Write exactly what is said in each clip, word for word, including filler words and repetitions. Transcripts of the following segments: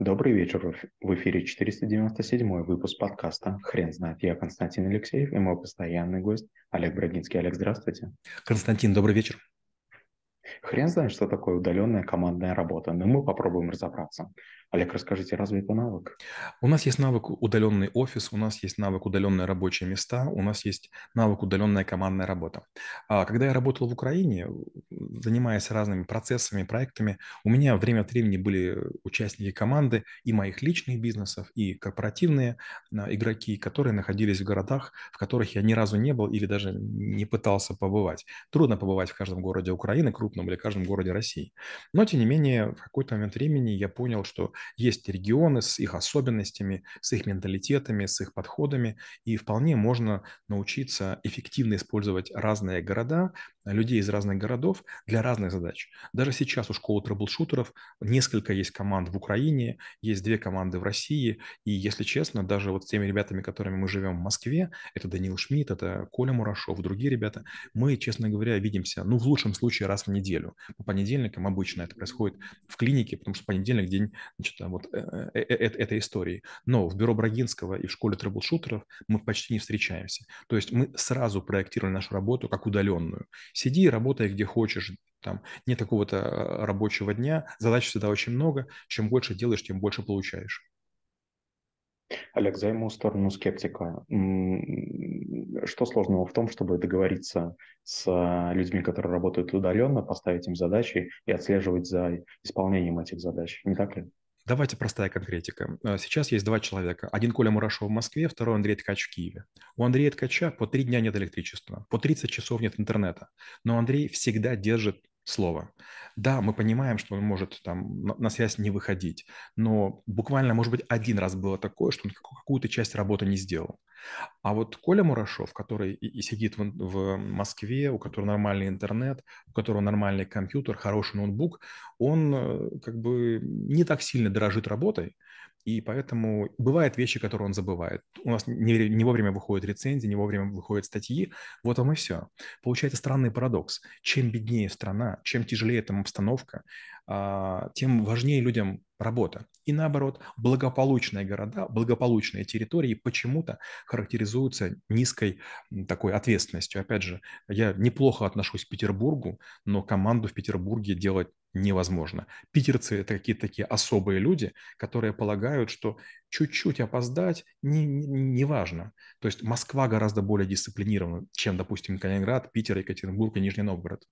Добрый вечер. В эф- в эфире четыреста девяносто седьмой выпуск подкаста «Хрен знает». Я Константин Алексеев и мой постоянный гость Олег Брагинский. Олег, здравствуйте. Константин, добрый вечер. Хрен знает, что такое удаленная командная работа, но мы попробуем разобраться. Олег, расскажите, разве это навык? У нас есть навык удаленный офис, у нас есть навык удаленные рабочие места, у нас есть навык удаленная командная работа. А когда я работал в Украине, занимаясь разными процессами, проектами, у меня время от времени были участники команды и моих личных бизнесов, и корпоративные а, игроки, которые находились в городах, в которых я ни разу не был или даже не пытался побывать. Трудно побывать в каждом городе Украины, крупном, или каждом городе России. Но, тем не менее, в какой-то момент времени я понял, что есть регионы с их особенностями, с их менталитетами, с их подходами, и вполне можно научиться эффективно использовать разные города, людей из разных городов для разных задач. Даже сейчас у школы трэблшутеров несколько есть команд в Украине, есть две команды в России, и, если честно, даже вот с теми ребятами, которыми мы живем в Москве, это Данил Шмидт, это Коля Мурашов, другие ребята, мы, честно говоря, видимся, ну, в лучшем случае раз в неделю. По понедельникам обычно это происходит в клинике, потому что понедельник день, значит, вот э, э, э, этой истории. Но в бюро Брагинского и в школе трэблшутеров мы почти не встречаемся. То есть мы сразу проектировали нашу работу как удаленную. Сиди и работай где хочешь, там нет какого-то э, рабочего дня, задач всегда очень много, чем больше делаешь, тем больше получаешь. Олег, займу сторону скептика. М, Что сложного в том, чтобы договориться с а, людьми, которые работают удаленно, поставить им задачи и отслеживать за исполнением этих задач, не так ли? Давайте простая конкретика. Э, Сейчас есть два человека. Один Коля Мурашов в Москве, второй Андрей Ткач в Киеве. У Андрея Ткача по три дня нет электричества, по тридцать часов нет интернета. Но Андрей всегда держит слово. Да, мы понимаем, что он может там на, на связь не выходить, но буквально, может быть, один раз было такое, что он какую- какую-то часть работы не сделал. А вот Коля Мурашов, который и, и сидит в, в Москве, у которого нормальный интернет, у которого нормальный компьютер, хороший ноутбук, он э, как бы не так сильно дорожит работой, и поэтому бывают вещи, которые он забывает. У нас не, не вовремя выходят рецензии, не вовремя выходят статьи, вот вам и все. Получается странный парадокс. Чем беднее страна, чем тяжелее там обстановка, а, тем важнее людям работа. И наоборот, благополучные города, благополучные территории почему-то характеризуются низкой такой ответственностью. Опять же, я неплохо отношусь к Петербургу, но команду в Петербурге делать невозможно. Питерцы – это какие-то такие особые люди, которые полагают, что чуть-чуть опоздать не, не, не важно. То есть Москва гораздо более дисциплинирована, чем, допустим, Калининград, Питер, Екатеринбург и Нижний Новгород.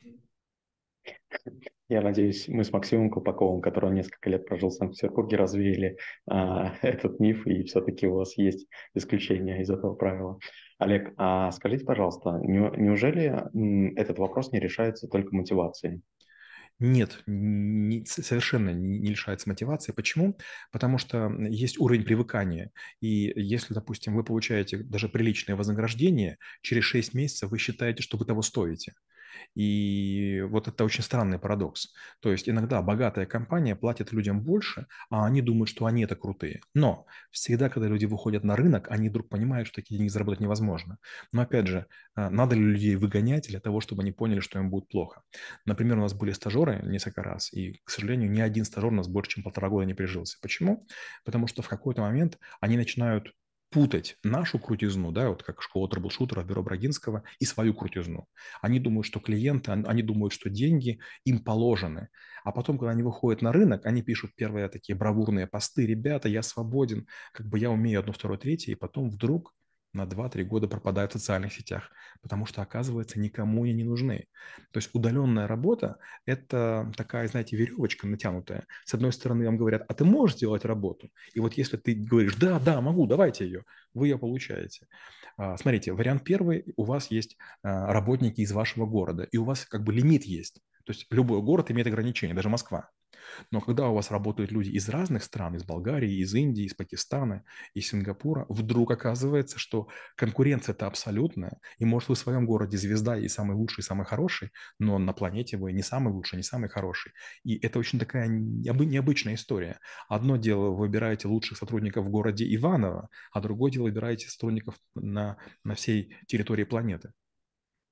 Я надеюсь, мы с Максимом Колпаковым, который несколько лет прожил в Санкт-Петербурге, развеяли а, этот миф, и все-таки у вас есть исключение из этого правила. Олег, а скажите, пожалуйста, не- неужели м, этот вопрос не решается только мотивацией? Нет, не- совершенно не не лишается мотивации. Почему? Потому что есть уровень привыкания. И если, допустим, вы получаете даже приличное вознаграждение, через шесть месяцев вы считаете, что вы того стоите. И вот это очень странный парадокс. То есть иногда богатая компания платит людям больше, а они думают, что они это крутые. Но всегда, когда люди выходят на рынок, они вдруг понимают, что такие деньги заработать невозможно. Но опять же, а, надо ли людей выгонять для того, чтобы они поняли, что им будет плохо? Например, у нас были стажеры несколько раз, и, к сожалению, ни один стажер у нас больше, чем полтора года не прижился. Почему? Потому что в какой-то момент они начинают путать нашу крутизну, да, вот как школа трэблшутера, бюро Брагинского, и свою крутизну. Они думают, что клиенты, они думают, что деньги им положены. А потом, когда они выходят на рынок, они пишут первые такие бравурные посты: ребята, я свободен, как бы я умею одно, второе, третье, и потом вдруг на два-три года пропадают в социальных сетях, потому что, оказывается, никому они не нужны. То есть удаленная работа – это такая, знаете, веревочка натянутая. С одной стороны, вам говорят: а ты можешь сделать работу? И вот если ты говоришь: да, да, могу, давайте ее, вы ее получаете. А, Смотрите, вариант первый: у вас есть а, работники из вашего города, и у вас как бы лимит есть. То есть любой город имеет ограничения, даже Москва. Но когда у вас работают люди из разных стран, из Болгарии, из Индии, из Пакистана, из Сингапура, вдруг оказывается, что конкуренция-то абсолютная, и может вы в своем городе звезда и самый лучший, и самый хороший, но на планете вы не самый лучший, не самый хороший. И это очень такая необы- необычная история. Одно дело, вы выбираете лучших сотрудников в городе Иваново, а другое дело, выбираете сотрудников на, на всей территории планеты.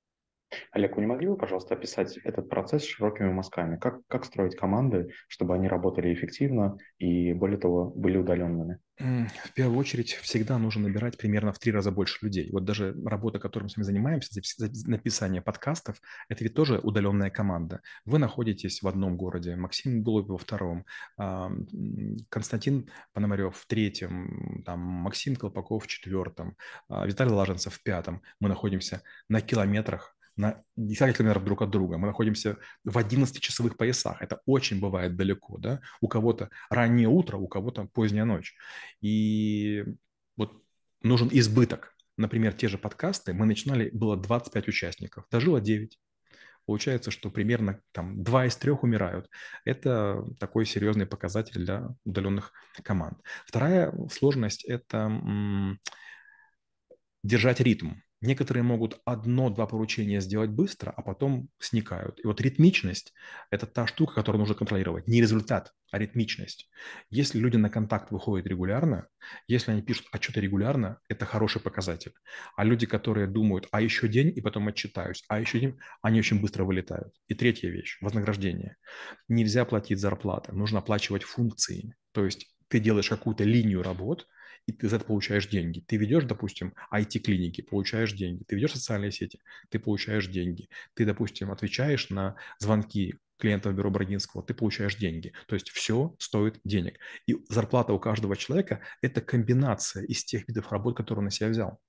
Олег, вы не могли бы, пожалуйста, описать этот процесс широкими мазками? Как, как строить команды, чтобы они работали эффективно и, более того, были удаленными? М, В первую очередь, всегда нужно набирать примерно в три раза больше людей. Вот даже работа, которой мы с вами занимаемся, запис- запис- написание подкастов, это ведь тоже удаленная команда. Вы находитесь в одном городе, Максим Голубев во втором, а, м, Константин Пономарев в третьем, там, Максим Колпаков в четвертом, а, Виталий Лаженцев в пятом. Мы находимся на километрах, на десятки километров друг от друга. Мы находимся в одиннадцатичасовых поясах. Это очень бывает далеко, да? У кого-то раннее утро, у кого-то поздняя ночь. И вот нужен избыток. Например, те же подкасты, мы начинали, было двадцать пять участников, дожило девять. Получается, что примерно там два из трех умирают. Это такой серьезный показатель для удаленных команд. Вторая сложность – это м, держать ритм. Некоторые могут одно-два поручения сделать быстро, а потом сникают. И вот ритмичность – это та штука, которую нужно контролировать. Не результат, а ритмичность. Если люди на контакт выходят регулярно, если они пишут отчеты регулярно, это хороший показатель. А люди, которые думают, а еще день, и потом отчитаюсь, а еще день, они очень быстро вылетают. И третья вещь – вознаграждение. Нельзя платить зарплаты, нужно оплачивать функции. То есть ты делаешь какую-то линию работ, и ты за это получаешь деньги. Ты ведешь, допустим, ай ти-клиники, получаешь деньги. Ты ведешь социальные сети, ты получаешь деньги. Ты, допустим, отвечаешь на звонки клиентов бюро Брагинского, ты получаешь деньги. То есть все стоит денег. И зарплата у каждого человека – это комбинация из тех видов работ, которые он на себя взял.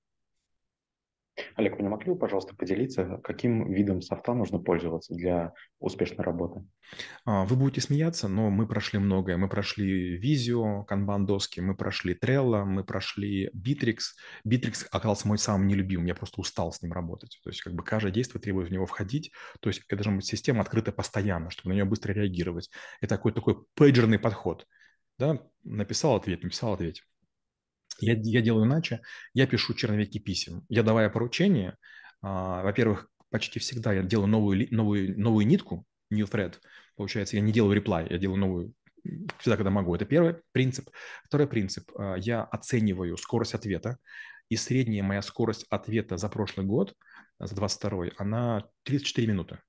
Олег, вы не могли бы, пожалуйста, поделиться, каким видом софта нужно пользоваться для успешной работы? А, Вы будете смеяться, но мы прошли многое. Мы прошли Visio, канбан-доски, мы прошли Trello, мы прошли Bittrex. Bittrex оказался мой самым нелюбимым, я просто устал с ним работать. То есть как бы каждое действие требует в него входить. То есть это должна быть система открыта постоянно, чтобы на нее быстро реагировать. Это такой такой пейджерный подход. Да? Написал ответ, написал ответ. Я, я делаю иначе. Я пишу черновики писем. Я давая поручение, а, во-первых, почти всегда я делаю новую, ли- новую, новую нитку, new thread. Получается, я не делаю reply, я делаю новую всегда, когда могу. Это первый принцип. Второй принцип. а, Я оцениваю скорость ответа. И средняя моя скорость ответа за прошлый год, а, за двадцать второй, она тридцать четыре минуты.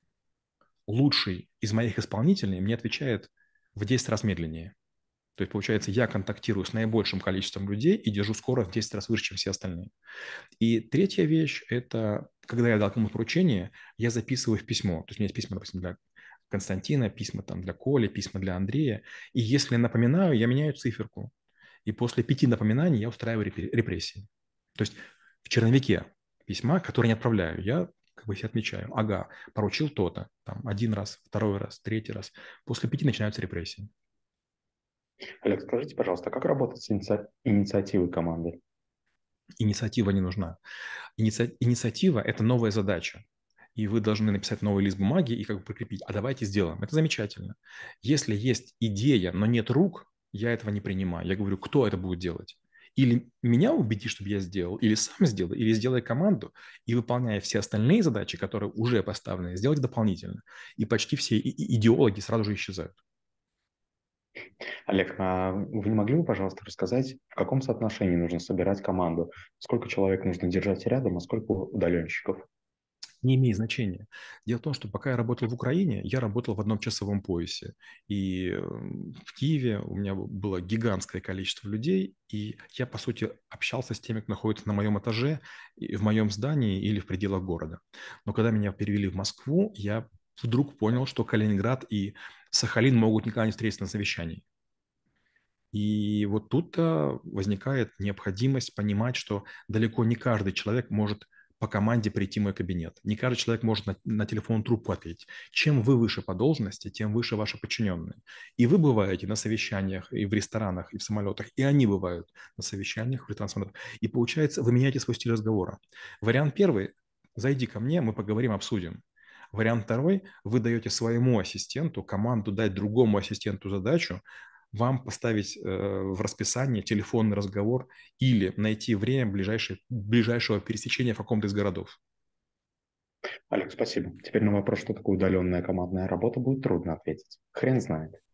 Лучший из моих исполнителей мне отвечает в десять раз медленнее. То есть, получается, я контактирую с наибольшим количеством людей и держу скорость в десять раз выше, чем все остальные. И третья вещь – это, когда я дал кому поручение, я записываю в письмо. То есть у меня есть письма, допустим, для Константина, письма там для Коли, письма для Андрея. И если я напоминаю, я меняю циферку. И после пяти напоминаний я устраиваю репрессии. То есть в черновике письма, которые не отправляю, я как бы себе отмечаю. Ага, поручил то-то. Там один раз, второй раз, третий раз. После пяти начинаются репрессии. Олег, скажите, пожалуйста, как работать с иници- инициативой команды? Инициатива не нужна. Иници- Инициатива – это новая задача. И вы должны написать новый лист бумаги и как бы прикрепить. А давайте сделаем. Это замечательно. Если есть идея, но нет рук, я этого не принимаю. Я говорю, кто это будет делать? Или меня убеди, чтобы я сделал, или сам сделай, или сделай команду и выполняя все остальные задачи, которые уже поставлены, сделать дополнительно. И почти все и- и- идеологи сразу же исчезают. Олег, а вы не могли бы, пожалуйста, рассказать, в каком соотношении нужно собирать команду? Сколько человек нужно держать рядом, а сколько удаленщиков? Не имеет значения. Дело в том, что пока я работал в Украине, я работал в одном часовом поясе. И э, в Киеве у меня было гигантское количество людей, и я, по сути, общался с теми, кто находится на моем этаже, и в моем здании или в пределах города. Но когда меня перевели в Москву, я вдруг понял, что Калининград и Сахалин могут никогда не встретиться на совещании. И вот тут э, возникает необходимость понимать, что далеко не каждый человек может по команде прийти в мой кабинет. Не каждый человек может на, на телефон трубку ответить. Чем вы выше по должности, тем выше ваши подчиненные. И вы бываете на совещаниях и в ресторанах, и в самолетах, и они бывают на совещаниях, в ресторанах, самолетах. И получается, вы меняете свой стиль разговора. Вариант первый – зайди ко мне, мы поговорим, обсудим. Вариант второй – вы даете своему ассистенту команду дать другому ассистенту задачу, вам поставить э, в расписание телефонный разговор или найти время ближайшей, ближайшего пересечения в каком-то из городов. Олег, спасибо. Теперь на вопрос, что такое удаленная командная работа, будет трудно ответить. Хрен знает.